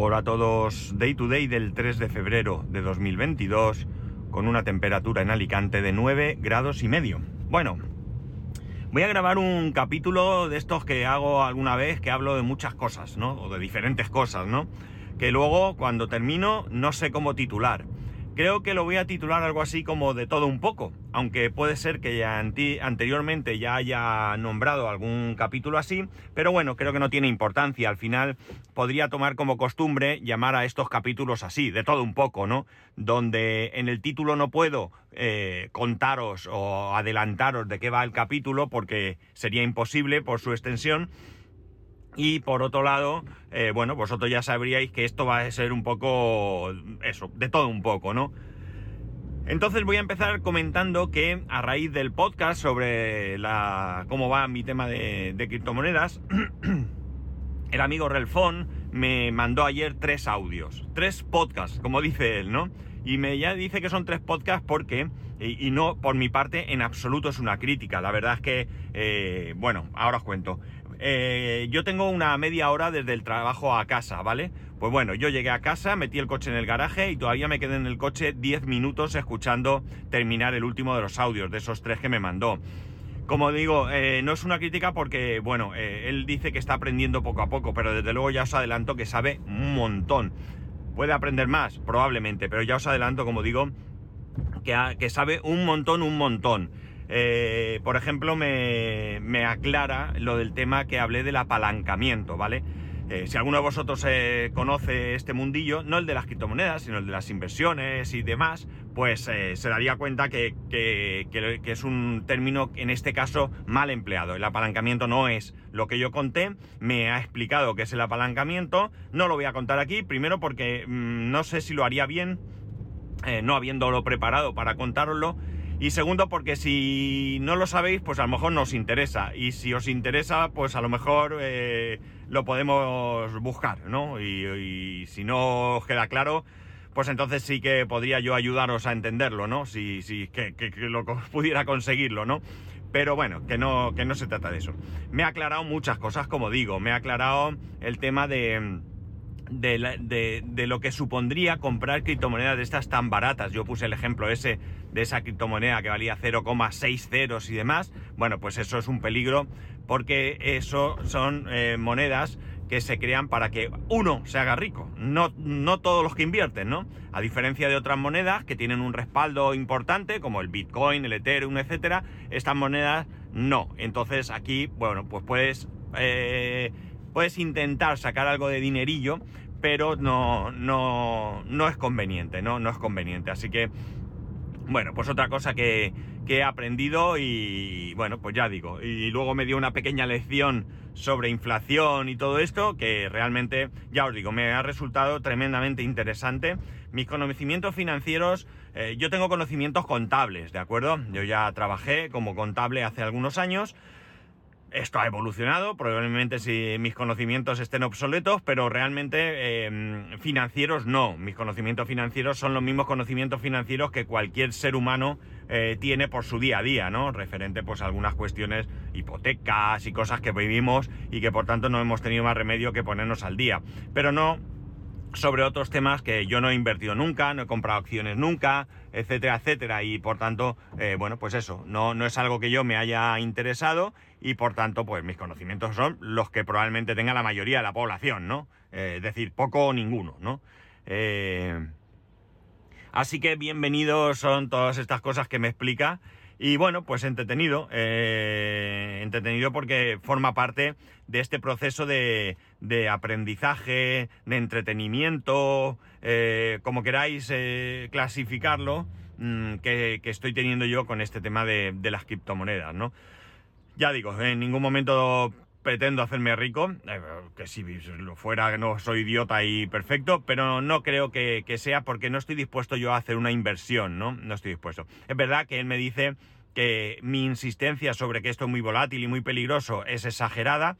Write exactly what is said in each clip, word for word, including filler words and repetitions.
Hola a todos, Day to Day del tres de febrero de dos mil veintidós, con una temperatura en Alicante de nueve grados y medio. Bueno, voy a grabar un capítulo de estos que hago alguna vez, que hablo de muchas cosas, ¿no? O de diferentes cosas, ¿no? Que luego, cuando termino, no sé cómo titular. Creo que lo voy a titular algo así como de todo un poco, aunque puede ser que ya anti- anteriormente ya haya nombrado algún capítulo así, pero bueno, creo que no tiene importancia. Al final podría tomar como costumbre llamar a estos capítulos así, de todo un poco, ¿no? Donde en el título no puedo eh, contaros o adelantaros de qué va el capítulo, porque sería imposible por su extensión. Y por otro lado, eh, bueno, vosotros ya sabríais que esto va a ser un poco, eso, de todo un poco, ¿no? Entonces voy a empezar comentando que a raíz del podcast sobre la cómo va mi tema de, de criptomonedas, el amigo Relfon me mandó ayer tres audios, tres podcasts, como dice él, ¿no? Y me ya dice que son tres podcasts porque, y, y no por mi parte en absoluto es una crítica, la verdad es que, eh, bueno, ahora os cuento. Eh, yo tengo una media hora desde el trabajo a casa, ¿vale? Pues bueno, yo llegué a casa, metí el coche en el garaje y todavía me quedé en el coche diez minutos escuchando terminar el último de los audios, de esos tres que me mandó. Como digo, eh, no es una crítica porque, bueno, eh, él dice que está aprendiendo poco a poco, pero desde luego ya os adelanto que sabe un montón. Puede aprender más, probablemente, pero ya os adelanto, como digo, que, ha, que sabe un montón, un montón. Eh, por ejemplo, me, me aclara lo del tema que hablé del apalancamiento, ¿vale? Eh, si alguno de vosotros eh, conoce este mundillo, no el de las criptomonedas, sino el de las inversiones y demás, pues eh, se daría cuenta que, que, que, que es un término, en este caso, mal empleado. El apalancamiento no es lo que yo conté, me ha explicado qué es el apalancamiento, no lo voy a contar aquí, primero porque mmm, no sé si lo haría bien, eh, no habiéndolo preparado para contároslo, y segundo, porque si no lo sabéis, pues a lo mejor no os interesa. Y si os interesa, pues a lo mejor eh, lo podemos buscar, ¿no? Y, y si no os queda claro, pues entonces sí que podría yo ayudaros a entenderlo, ¿no? Si, si que, que, que lo pudiera conseguirlo, ¿no? Pero bueno, que no, que no se trata de eso. Me ha aclarado muchas cosas, como digo. Me ha aclarado el tema de... De, la, de, de lo que supondría comprar criptomonedas de estas tan baratas. Yo puse el ejemplo ese de esa criptomoneda que valía cero coma seis ceros y demás. Bueno, pues eso es un peligro porque eso son eh, monedas que se crean para que uno se haga rico, no, no todos los que invierten, ¿no? A diferencia de otras monedas que tienen un respaldo importante, como el Bitcoin, el Ethereum, etcétera, estas monedas no. Entonces aquí, bueno, pues puedes... Eh, Puedes intentar sacar algo de dinerillo, pero no, no, no es conveniente, ¿no? No es conveniente. Así que, bueno, pues otra cosa que, que he aprendido y, bueno, pues ya digo. Y luego me dio una pequeña lección sobre inflación y todo esto, que realmente, ya os digo, me ha resultado tremendamente interesante. Mis conocimientos financieros, eh, yo tengo conocimientos contables, ¿de acuerdo? Yo ya trabajé como contable hace algunos años. Esto ha evolucionado, probablemente si mis conocimientos estén obsoletos, pero realmente eh, financieros no. Mis conocimientos financieros son los mismos conocimientos financieros que cualquier ser humano eh, tiene por su día a día, ¿no? Referente pues a algunas cuestiones, hipotecas y cosas que vivimos y que por tanto no hemos tenido más remedio que ponernos al día. Pero no sobre otros temas que yo no he invertido nunca, no he comprado acciones nunca, etcétera, etcétera, y por tanto, eh, bueno, pues eso, no, no es algo que yo me haya interesado y por tanto, pues mis conocimientos son los que probablemente tenga la mayoría de la población, ¿no? Eh, es decir, poco o ninguno, ¿no? Eh, así que bienvenidos son todas estas cosas que me explica. Y bueno, pues entretenido, eh, entretenido porque forma parte de este proceso de, de aprendizaje, de entretenimiento, eh, como queráis eh, clasificarlo, mmm, que, que estoy teniendo yo con este tema de, de las criptomonedas, ¿no? Ya digo, en ningún momento pretendo hacerme rico, eh, que si lo fuera no soy idiota y perfecto, pero no creo que, que sea porque no estoy dispuesto yo a hacer una inversión, ¿no? No estoy dispuesto. Es verdad que él me dice que mi insistencia sobre que esto es muy volátil y muy peligroso es exagerada.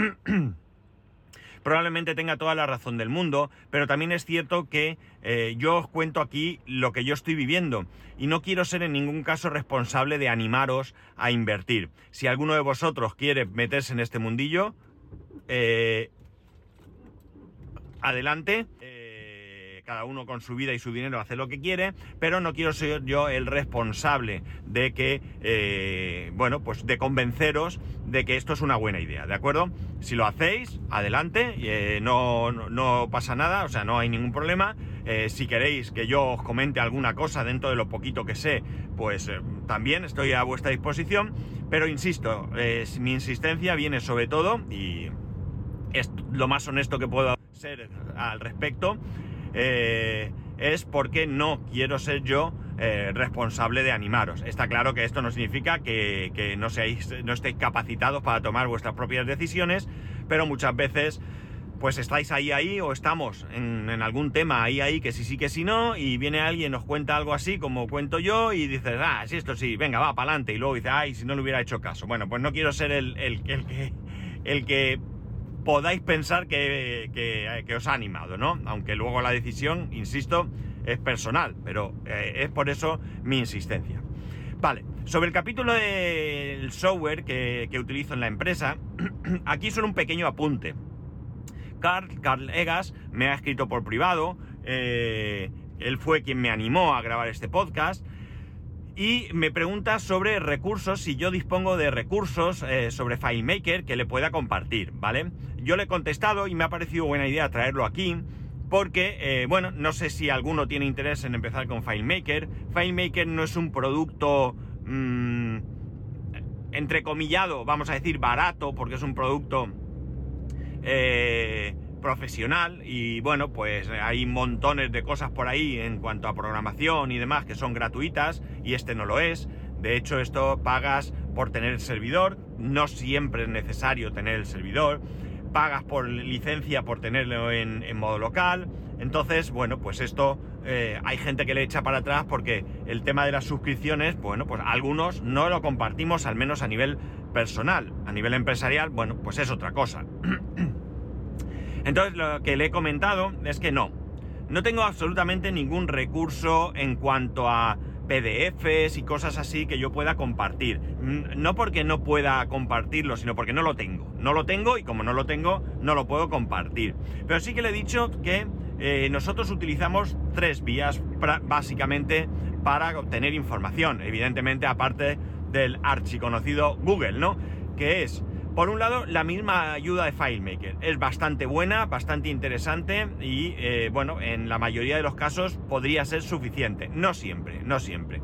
Probablemente tenga toda la razón del mundo, pero también es cierto que eh, yo os cuento aquí lo que yo estoy viviendo y no quiero ser en ningún caso responsable de animaros a invertir. Si alguno de vosotros quiere meterse en este mundillo, eh, adelante, eh, cada uno con su vida y su dinero hace lo que quiere, pero no quiero ser yo el responsable de que, eh, bueno, pues de convenceros de que esto es una buena idea, ¿de acuerdo? Si lo hacéis, adelante, eh, no, no, no pasa nada, o sea, no hay ningún problema. Eh, si queréis que yo os comente alguna cosa dentro de lo poquito que sé, pues eh, también estoy a vuestra disposición, pero insisto, eh, mi insistencia viene sobre todo, y es lo más honesto que puedo ser al respecto, eh, es porque no quiero ser yo eh, responsable de animaros. Está claro que esto no significa que, que no seáis, no estéis capacitados para tomar vuestras propias decisiones, pero muchas veces pues estáis ahí ahí o estamos en, en algún tema ahí ahí que sí sí que sí no, y viene alguien, nos cuenta algo así como cuento yo y dices, ah, sí, esto sí, venga, va, para adelante, y luego dice, ay, si no le hubiera hecho caso. Bueno, pues no quiero ser el, el, el que el que podáis pensar que, que, que os ha animado, ¿no? Aunque luego la decisión, insisto, es personal, pero eh, es por eso mi insistencia. Vale, sobre el capítulo del software que, que utilizo en la empresa, aquí solo un pequeño apunte. Carl, Carl Egas me ha escrito por privado, eh, él fue quien me animó a grabar este podcast, y me pregunta sobre recursos, si yo dispongo de recursos eh, sobre FileMaker que le pueda compartir, ¿vale? Yo le he contestado y me ha parecido buena idea traerlo aquí, porque, eh, bueno, no sé si alguno tiene interés en empezar con FileMaker. FileMaker no es un producto, mmm, entrecomillado, vamos a decir, barato, porque es un producto eh, profesional, y bueno, pues hay montones de cosas por ahí en cuanto a programación y demás que son gratuitas, y este no lo es. De hecho, esto pagas por tener el servidor, no siempre es necesario tener el servidor, pagas por licencia por tenerlo en, en modo local. Entonces, bueno, pues esto eh, hay gente que le echa para atrás porque el tema de las suscripciones, bueno, pues algunos no lo compartimos, al menos a nivel personal. A nivel empresarial, bueno, pues es otra cosa. Entonces, lo que le he comentado es que no, no tengo absolutamente ningún recurso en cuanto a P D Efes y cosas así que yo pueda compartir. No porque no pueda compartirlo, sino porque no lo tengo. No lo tengo, y como no lo tengo, no lo puedo compartir. Pero sí que le he dicho que eh, nosotros utilizamos tres vías pra- básicamente para obtener información. Evidentemente, aparte del archiconocido Google, ¿no? Que es, por un lado, la misma ayuda de FileMaker. Es bastante buena, bastante interesante y, eh, bueno, en la mayoría de los casos podría ser suficiente. No siempre, no siempre.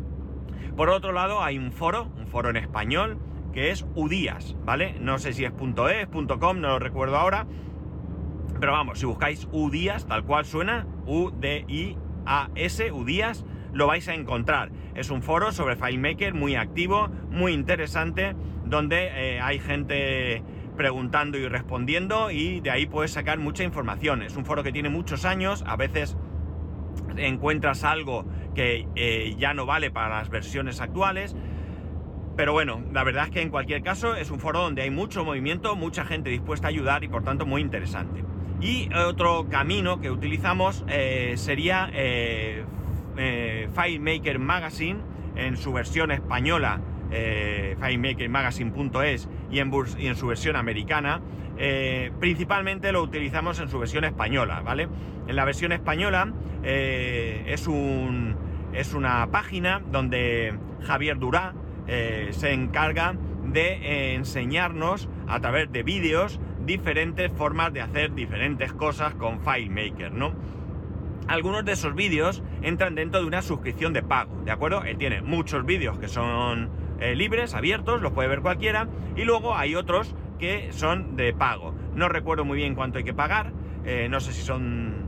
Por otro lado, hay un foro, un foro en español, que es Udias, ¿vale? No sé si es .es, .com, no lo recuerdo ahora. Pero vamos, si buscáis Udias, tal cual suena, U D I A S, Udias, lo vais a encontrar. Es un foro sobre FileMaker muy activo, muy interesante, donde eh, hay gente preguntando y respondiendo, y de ahí puedes sacar mucha información. Es un foro que tiene muchos años, a veces encuentras algo que eh, ya no vale para las versiones actuales, pero bueno, la verdad es que en cualquier caso es un foro donde hay mucho movimiento, mucha gente dispuesta a ayudar y por tanto muy interesante. Y otro camino que utilizamos eh, sería eh, eh, FileMaker Magazine en su versión española, eh, FileMaker Magazine punto es, y en, y en su versión americana. Eh, principalmente lo utilizamos en su versión española, ¿vale? En la versión española eh, es, un, es una página donde Javier Durá eh, se encarga de eh, enseñarnos a través de vídeos diferentes formas de hacer diferentes cosas con FileMaker, ¿no? Algunos de esos vídeos entran dentro de una suscripción de pago, ¿de acuerdo? Él tiene muchos vídeos que son eh, libres, abiertos, los puede ver cualquiera, y luego hay otros que son de pago. No recuerdo muy bien cuánto hay que pagar, eh, no sé si son,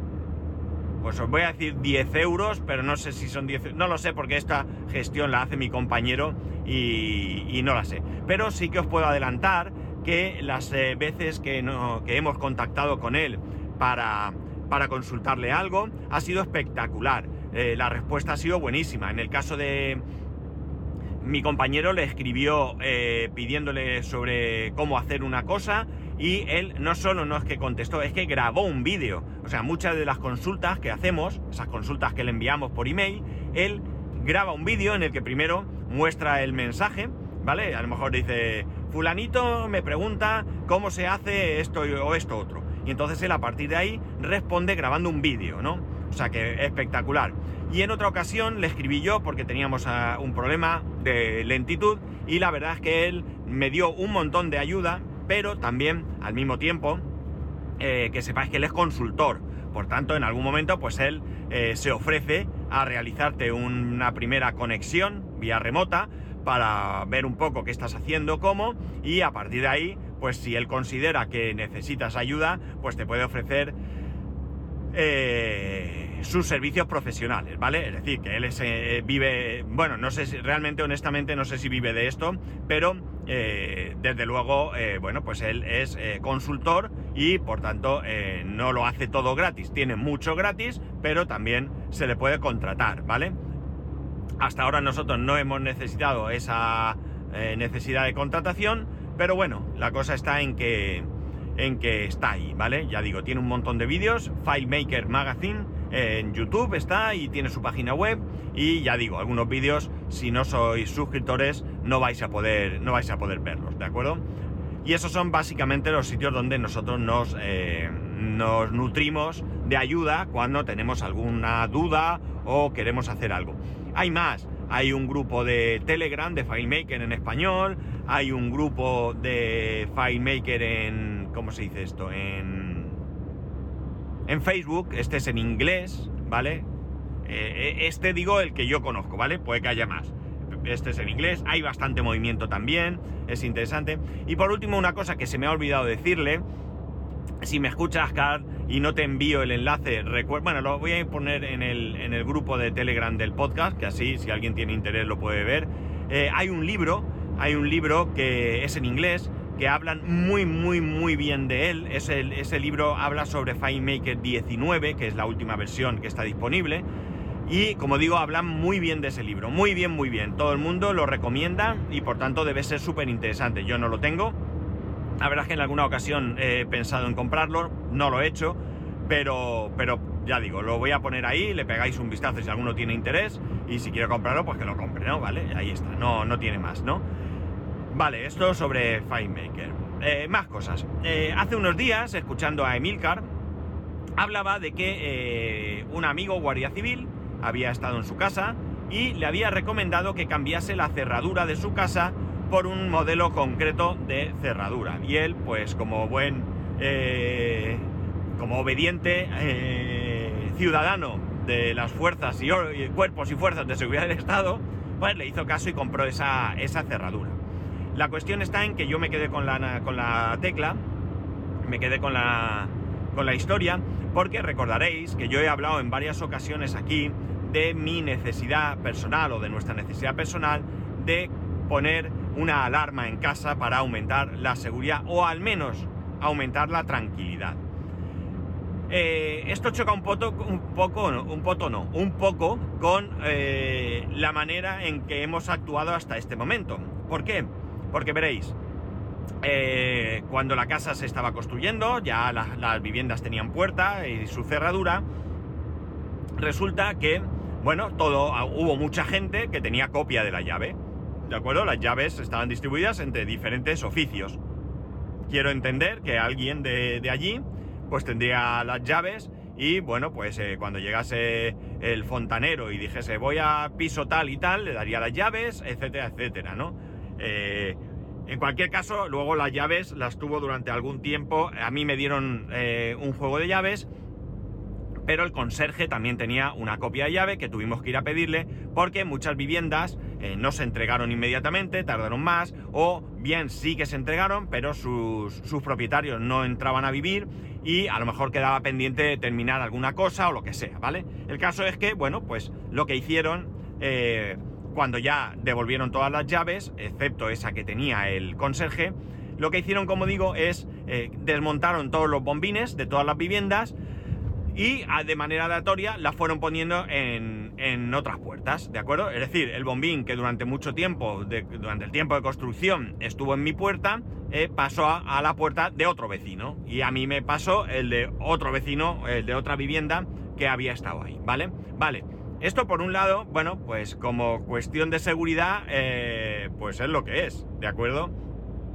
pues os voy a decir diez euros, pero no sé si son diez, no lo sé porque esta gestión la hace mi compañero y, y no la sé. Pero sí que os puedo adelantar que las eh, veces que, no, que hemos contactado con él para, para consultarle algo, ha sido espectacular. Eh, la respuesta ha sido buenísima. En el caso de mi compañero, le escribió eh, pidiéndole sobre cómo hacer una cosa, y él no solo no es que contestó, es que grabó un vídeo. O sea, muchas de las consultas que hacemos, esas consultas que le enviamos por email, él graba un vídeo en el que primero muestra el mensaje, ¿vale? A lo mejor dice, fulanito me pregunta cómo se hace esto o esto otro. y entonces él a partir de ahí responde grabando un vídeo, ¿no? O sea que espectacular. Y en otra ocasión le escribí yo porque teníamos uh, un problema de lentitud y la verdad es que él me dio un montón de ayuda, pero también al mismo tiempo eh, que sepáis que él es consultor. Por tanto, en algún momento pues él eh, se ofrece a realizarte una primera conexión vía remota para ver un poco qué estás haciendo, cómo, y a partir de ahí, pues si él considera que necesitas ayuda, pues te puede ofrecer eh, sus servicios profesionales, ¿vale? Es decir, que él es, eh, vive, bueno, no sé si, realmente, honestamente, no sé si vive de esto, pero eh, desde luego, eh, bueno, pues él es eh, consultor y por tanto eh, no lo hace todo gratis, tiene mucho gratis, pero también se le puede contratar, ¿vale? Hasta ahora nosotros no hemos necesitado esa eh, necesidad de contratación, pero bueno, la cosa está en que, en que está ahí, ¿vale? Ya digo, tiene un montón de vídeos, FileMaker Magazine eh, en YouTube está y tiene su página web y ya digo, algunos vídeos, si no sois suscriptores, no vais a poder, no vais a poder verlos, ¿de acuerdo? Y esos son básicamente los sitios donde nosotros nos, eh, nos nutrimos de ayuda cuando tenemos alguna duda o queremos hacer algo. Hay más, hay un grupo de Telegram de FileMaker en español, hay un grupo de FileMaker en... ¿cómo se dice esto? En, en Facebook, este es en inglés, ¿vale? Eh, este digo el que yo conozco, ¿vale? Puede que haya más. Este es en inglés, hay bastante movimiento también, es interesante. Y por último, una cosa que se me ha olvidado decirle, si me escuchas, Car, y no te envío el enlace, recuerda, bueno, lo voy a poner en el, en el grupo de Telegram del podcast, que así, si alguien tiene interés, lo puede ver. Eh, hay un libro, hay un libro que es en inglés, que hablan muy, muy, muy bien de él. Ese, ese libro habla sobre FileMaker diecinueve, que es la última versión que está disponible. Y, como digo, hablan muy bien de ese libro, muy bien, muy bien. Todo el mundo lo recomienda y, por tanto, debe ser súper interesante. Yo no lo tengo. La verdad es que en alguna ocasión he pensado en comprarlo, no lo he hecho, pero, pero ya digo, lo voy a poner ahí, le pegáis un vistazo si alguno tiene interés y si quiere comprarlo, pues que lo compre, ¿no? Vale, ahí está, no, no tiene más, ¿no? Vale, esto sobre FileMaker. Eh, más cosas. Eh, hace unos días, escuchando a Emilcar, hablaba de que eh, un amigo guardia civil había estado en su casa y le había recomendado que cambiase la cerradura de su casa por un modelo concreto de cerradura. Y él, pues como buen, eh, como obediente eh, ciudadano de las fuerzas y, y cuerpos y fuerzas de seguridad del Estado, pues le hizo caso y compró esa, esa cerradura. La cuestión está en que yo me quedé con la, con la tecla, me quedé con la, con la historia, porque recordaréis que yo he hablado en varias ocasiones aquí de mi necesidad personal o de nuestra necesidad personal de poner una alarma en casa para aumentar la seguridad o al menos aumentar la tranquilidad. Eh, esto choca un poco, un poco, no, un poco no, un poco con eh, la manera en que hemos actuado hasta este momento. ¿Por qué? Porque veréis, eh, cuando la casa se estaba construyendo, ya la, las viviendas tenían puerta y su cerradura, resulta que, bueno, todo, hubo mucha gente que tenía copia de la llave. ¿De acuerdo? Las llaves estaban distribuidas entre diferentes oficios. Quiero entender que alguien de, de allí pues tendría las llaves y, bueno, pues eh, cuando llegase el fontanero y dijese voy a piso tal y tal, le daría las llaves, etcétera, etcétera, ¿no? Eh, en cualquier caso, luego las llaves las tuvo durante algún tiempo. A mí me dieron eh, un juego de llaves, pero el conserje también tenía una copia de llave que tuvimos que ir a pedirle porque muchas viviendas eh, no se entregaron inmediatamente, tardaron más, o bien sí que se entregaron, pero sus, sus propietarios no entraban a vivir y a lo mejor quedaba pendiente de terminar alguna cosa o lo que sea, ¿vale? El caso es que, bueno, pues lo que hicieron eh, cuando ya devolvieron todas las llaves, excepto esa que tenía el conserje, lo que hicieron, como digo, es eh, desmontaron todos los bombines de todas las viviendas y de manera aleatoria las fueron poniendo en, en otras puertas, ¿de acuerdo? Es decir, el bombín que durante mucho tiempo, de, durante el tiempo de construcción estuvo en mi puerta, eh, pasó a, a la puerta de otro vecino. Y a mí me pasó el de otro vecino, el de otra vivienda que había estado ahí, ¿vale? Vale, esto por un lado, bueno, pues como cuestión de seguridad, eh, pues es lo que es, ¿de acuerdo?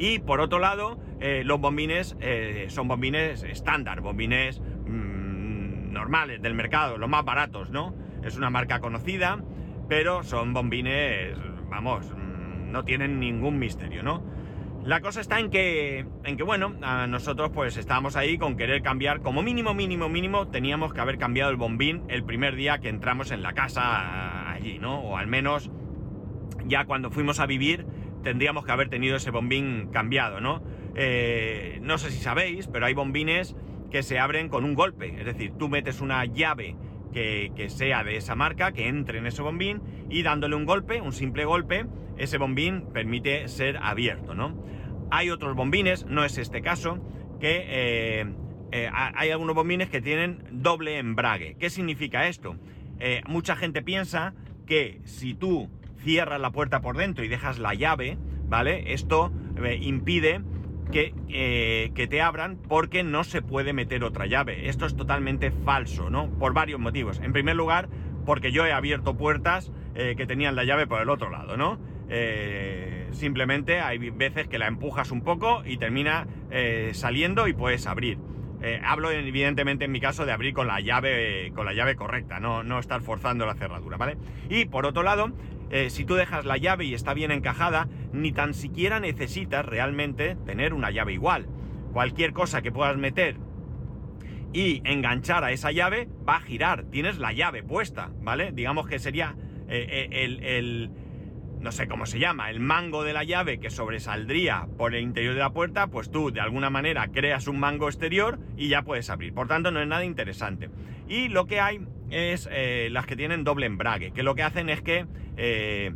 Y por otro lado, eh, los bombines eh, son bombines estándar, bombines mmm, normales del mercado, los más baratos, ¿no? Es una marca conocida, pero son bombines, vamos, mmm, no tienen ningún misterio, ¿no? La cosa está en que, en que, bueno, a nosotros pues estábamos ahí con querer cambiar, como mínimo, mínimo, mínimo, teníamos que haber cambiado el bombín el primer día que entramos en la casa allí, ¿no? O al menos ya cuando fuimos a vivir tendríamos que haber tenido ese bombín cambiado, ¿no? Eh, no sé si sabéis, pero hay bombines que se abren con un golpe, es decir, tú metes una llave que, que sea de esa marca, que entre en ese bombín, y dándole un golpe, un simple golpe, ese bombín permite ser abierto, ¿no? Hay otros bombines, no es este caso, que eh, eh, hay algunos bombines que tienen doble embrague. ¿Qué significa esto? Eh, mucha gente piensa que si tú cierras la puerta por dentro y dejas la llave, ¿vale? Esto eh, impide que, eh, que te abran porque no se puede meter otra llave. Esto es totalmente falso, ¿no? Por varios motivos. En primer lugar, porque yo he abierto puertas eh, que tenían la llave por el otro lado, ¿no? Eh, simplemente hay veces que la empujas un poco y termina eh, saliendo y puedes abrir. Eh, hablo evidentemente en mi caso de abrir con la llave, con la llave correcta, no, no estar forzando la cerradura, ¿vale? Y por otro lado, eh, si tú dejas la llave y está bien encajada, ni tan siquiera necesitas realmente tener una llave igual. Cualquier cosa que puedas meter y enganchar a esa llave va a girar, tienes la llave puesta, ¿vale? Digamos que sería eh, el, el, no sé cómo se llama, el mango de la llave que sobresaldría por el interior de la puerta, pues tú de alguna manera creas un mango exterior y ya puedes abrir. Por tanto, no es nada interesante. Y lo que hay es eh, las que tienen doble embrague, que lo que hacen es que eh,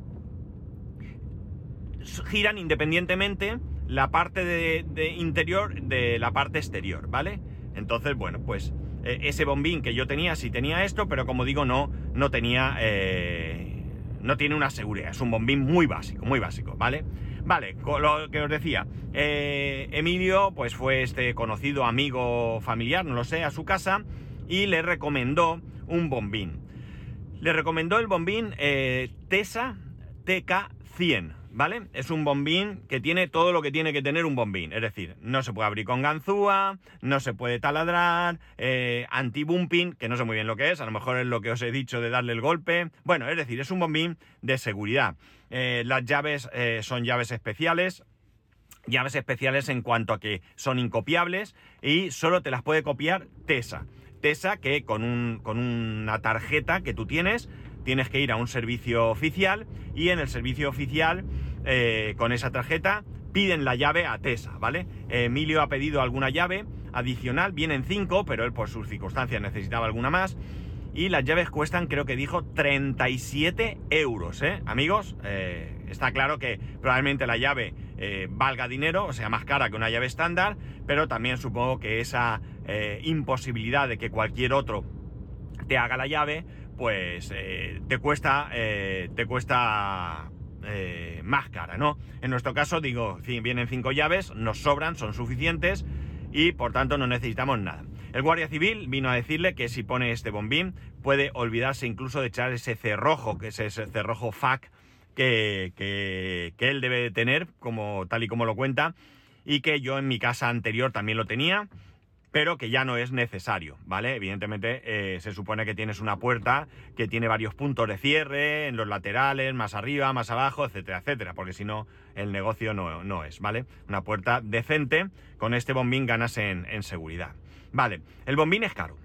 giran independientemente la parte de, de interior de la parte exterior, ¿vale? Entonces, bueno, pues eh, ese bombín que yo tenía sí tenía esto, pero como digo, no, no tenía... Eh, no tiene una seguridad, es un bombín muy básico, muy básico, ¿vale? Vale, con lo que os decía, eh, Emilio pues fue este conocido amigo familiar, no lo sé, a su casa y le recomendó un bombín. Le recomendó el bombín eh, Tesa T K cien, ¿vale? Es un bombín que tiene todo lo que tiene que tener un bombín, es decir, no se puede abrir con ganzúa, no se puede taladrar, eh, anti-bumping, que no sé muy bien lo que es, a lo mejor es lo que os he dicho de darle el golpe. Bueno, es decir, es un bombín de seguridad. Eh, las llaves eh, son llaves especiales, llaves especiales en cuanto a que son incopiables y solo te las puede copiar Tesa. Tesa que con, un, con una tarjeta que tú tienes, tienes que ir a un servicio oficial y en el servicio oficial, eh, con esa tarjeta, piden la llave a Tesa, ¿vale? Emilio ha pedido alguna llave adicional, vienen cinco, pero él por sus circunstancias necesitaba alguna más. Y las llaves cuestan, creo que dijo, treinta y siete euros, ¿eh? Amigos, eh, está claro que probablemente la llave eh, valga dinero, o sea, más cara que una llave estándar, pero también supongo que esa eh, imposibilidad de que cualquier otro te haga la llave, pues eh, te cuesta, eh, te cuesta eh, más cara, ¿no? En nuestro caso, digo, vienen cinco llaves, nos sobran, son suficientes y por tanto no necesitamos nada. El guardia civil vino a decirle que si pone este bombín puede olvidarse incluso de echar ese cerrojo, que es ese cerrojo F A C que, que, que él debe de tener, como, tal y como lo cuenta, y que yo en mi casa anterior también lo tenía, pero que ya no es necesario, ¿vale? Evidentemente eh, se supone que tienes una puerta que tiene varios puntos de cierre en los laterales, más arriba, más abajo, etcétera, etcétera, porque si no el negocio no, no es, ¿vale? Una puerta decente, con este bombín ganas en, en seguridad. Vale, el bombín es caro,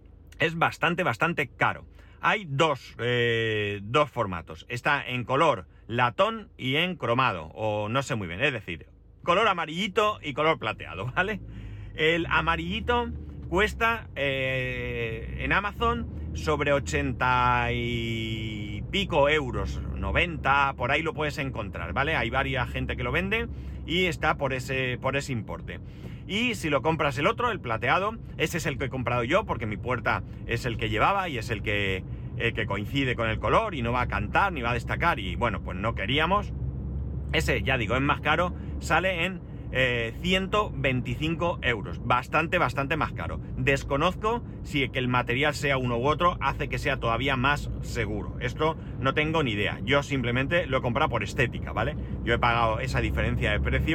es bastante, bastante caro. Hay dos, eh, dos formatos, está en color latón y en cromado, o no sé muy bien, es decir, color amarillito y color plateado, ¿vale? El amarillito cuesta eh, en Amazon sobre ochenta y pico euros, noventa, por ahí lo puedes encontrar, ¿vale? Hay varias gente que lo vende y está por ese, por ese importe. Y si lo compras el otro, el plateado, ese es el que he comprado yo porque mi puerta es el que llevaba y es el que, el que coincide con el color y no va a cantar ni va a destacar y bueno, pues no queríamos. Ese, ya digo, es más caro, sale en Eh, ciento veinticinco euros, bastante, bastante más caro. Desconozco si que el material sea uno u otro hace que sea todavía más seguro. Esto no tengo ni idea. Yo simplemente lo he comprado por estética, ¿vale? Yo he pagado esa diferencia de precio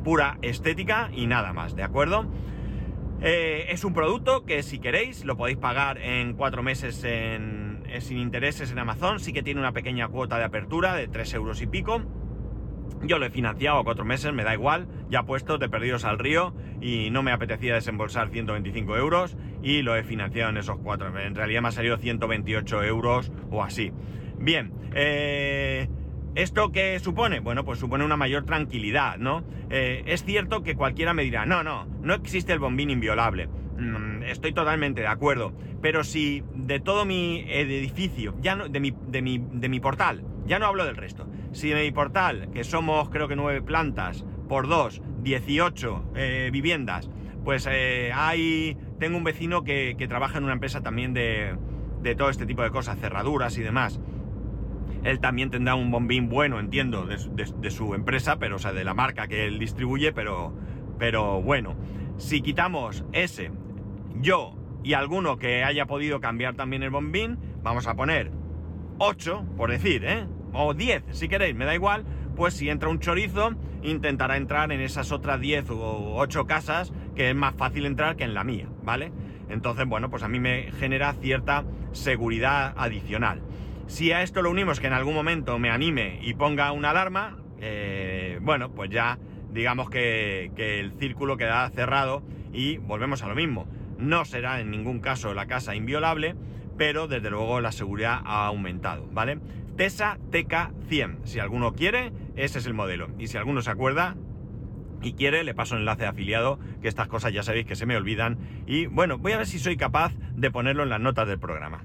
pura estética y nada más, ¿de acuerdo? Eh, es un producto que si queréis lo podéis pagar en cuatro meses en, en, sin intereses en Amazon. Sí que tiene una pequeña cuota de apertura de tres euros y pico. Yo lo he financiado a cuatro meses, me da igual, ya puesto de perdidos al río y no me apetecía desembolsar ciento veinticinco euros y lo he financiado en esos cuatro. En realidad me ha salido ciento veintiocho euros o así. Bien, eh... ¿esto qué supone? Bueno, pues supone una mayor tranquilidad, ¿no? Eh, es cierto que cualquiera me dirá, no, no, no existe el bombín inviolable. Mm, estoy totalmente de acuerdo. Pero si de todo mi edificio, ya no, de mi, de mi, de mi portal, ya no hablo del resto, si de mi portal, que somos creo que nueve plantas, por dos, dieciocho eh, viviendas, pues eh, hay... Tengo un vecino que, que trabaja en una empresa también de, de todo este tipo de cosas, cerraduras y demás. Él también tendrá un bombín bueno, entiendo, de, de, de su empresa, pero o sea, de la marca que él distribuye, pero, pero bueno. Si quitamos ese, yo y alguno que haya podido cambiar también el bombín, vamos a poner ocho, por decir, ¿eh? O diez, si queréis, me da igual. Pues si entra un chorizo, intentará entrar en esas otras diez o ocho casas, que es más fácil entrar que en la mía, ¿vale? Entonces, bueno, pues a mí me genera cierta seguridad adicional. Si a esto lo unimos que en algún momento me anime y ponga una alarma, eh, bueno, pues ya digamos que, que el círculo queda cerrado y volvemos a lo mismo. No será en ningún caso la casa inviolable, pero desde luego la seguridad ha aumentado, ¿vale? Tesa T K cien, si alguno quiere, ese es el modelo. Y si alguno se acuerda y quiere, le paso el enlace de afiliado, que estas cosas ya sabéis que se me olvidan. Y bueno, voy a ver si soy capaz de ponerlo en las notas del programa.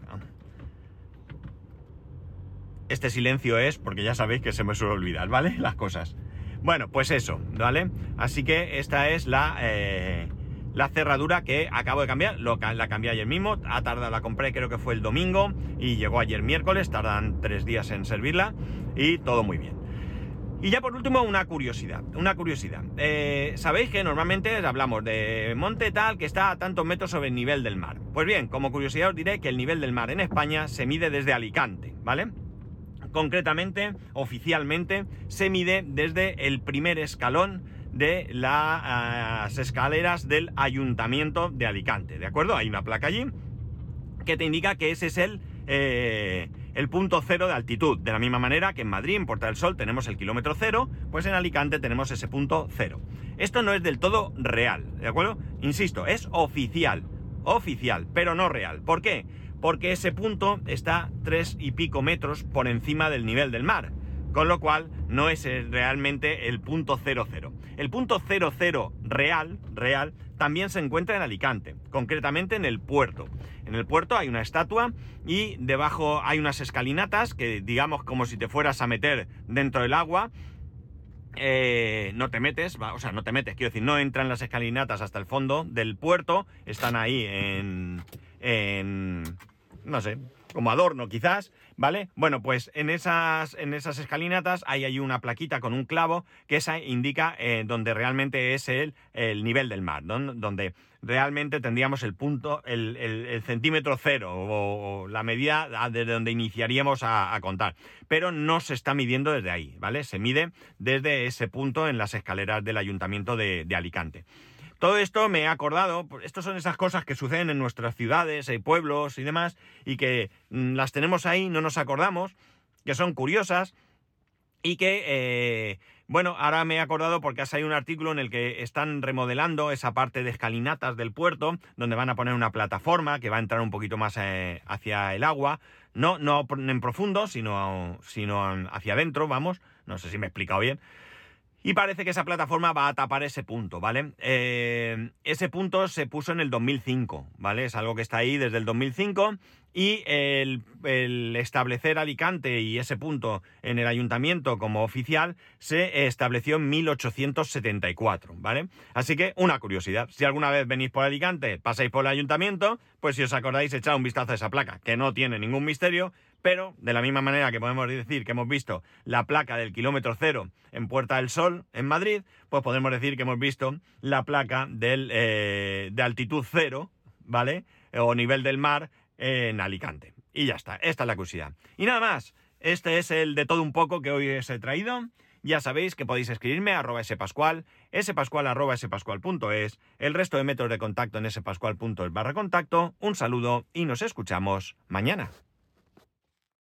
Este silencio es porque ya sabéis que se me suele olvidar, ¿vale? Las cosas. Bueno, pues eso, ¿vale? Así que esta es la, eh, la cerradura que acabo de cambiar. Lo, la cambié ayer mismo. Ha tardado, la compré creo que fue el domingo y llegó ayer miércoles. Tardan tres días en servirla y todo muy bien. Y ya por último una curiosidad. Una curiosidad. Eh, Sabéis que normalmente hablamos de monte tal que está a tantos metros sobre el nivel del mar. Pues bien, como curiosidad os diré que el nivel del mar en España se mide desde Alicante, ¿vale? Concretamente, oficialmente, se mide desde el primer escalón de las uh, escaleras del Ayuntamiento de Alicante, ¿de acuerdo? Hay una placa allí que te indica que ese es el, eh, el punto cero de altitud. De la misma manera que en Madrid, en Puerta del Sol, tenemos el kilómetro cero, pues en Alicante tenemos ese punto cero. Esto no es del todo real, ¿de acuerdo? Insisto, es oficial, oficial, pero no real. ¿Por qué? Porque ese punto está tres y pico metros por encima del nivel del mar, con lo cual no es realmente el punto cero cero. El punto cero cero real, real, también se encuentra en Alicante, concretamente en el puerto. En el puerto hay una estatua y debajo hay unas escalinatas que, digamos, como si te fueras a meter dentro del agua. Eh, no te metes, o sea, no te metes, quiero decir, no entran las escalinatas hasta el fondo del puerto, están ahí en... en no sé, como adorno quizás, ¿vale? Bueno, pues en esas, en esas escalinatas hay, hay una plaquita con un clavo que esa indica eh, donde realmente es el, el nivel del mar, ¿no? Donde realmente tendríamos el punto, el, el, el centímetro cero o, o la medida desde donde iniciaríamos a, a contar. Pero no se está midiendo desde ahí, ¿vale? Se mide desde ese punto en las escaleras del Ayuntamiento de, de Alicante. Todo esto me he acordado, estas son esas cosas que suceden en nuestras ciudades, y pueblos y demás, y que mmm, las tenemos ahí, no nos acordamos, que son curiosas, y que, eh, bueno, ahora me he acordado porque ha salido un artículo en el que están remodelando esa parte de escalinatas del puerto, donde van a poner una plataforma que va a entrar un poquito más eh, hacia el agua, no, no en profundo, sino, sino hacia adentro, vamos, no sé si me he explicado bien. Y parece que esa plataforma va a tapar ese punto, ¿vale? Eh, ese punto se puso en el dos mil cinco, ¿vale? Es algo que está ahí desde el dos mil cinco y el, el establecer Alicante y ese punto en el ayuntamiento como oficial se estableció en mil ochocientos setenta y cuatro, ¿vale? Así que una curiosidad, si alguna vez venís por Alicante, pasáis por el ayuntamiento, pues si os acordáis echad un vistazo a esa placa, que no tiene ningún misterio, pero de la misma manera que podemos decir que hemos visto la placa del kilómetro cero en Puerta del Sol, en Madrid, pues podemos decir que hemos visto la placa del, eh, de altitud cero, ¿vale? O nivel del mar en Alicante. Y ya está, esta es la curiosidad. Y nada más, este es el de todo un poco que hoy os he traído. Ya sabéis que podéis escribirme a arroba spascual, spascual arroba spascual.es, el resto de métodos de contacto en spascual.es barra contacto. Un saludo y nos escuchamos mañana.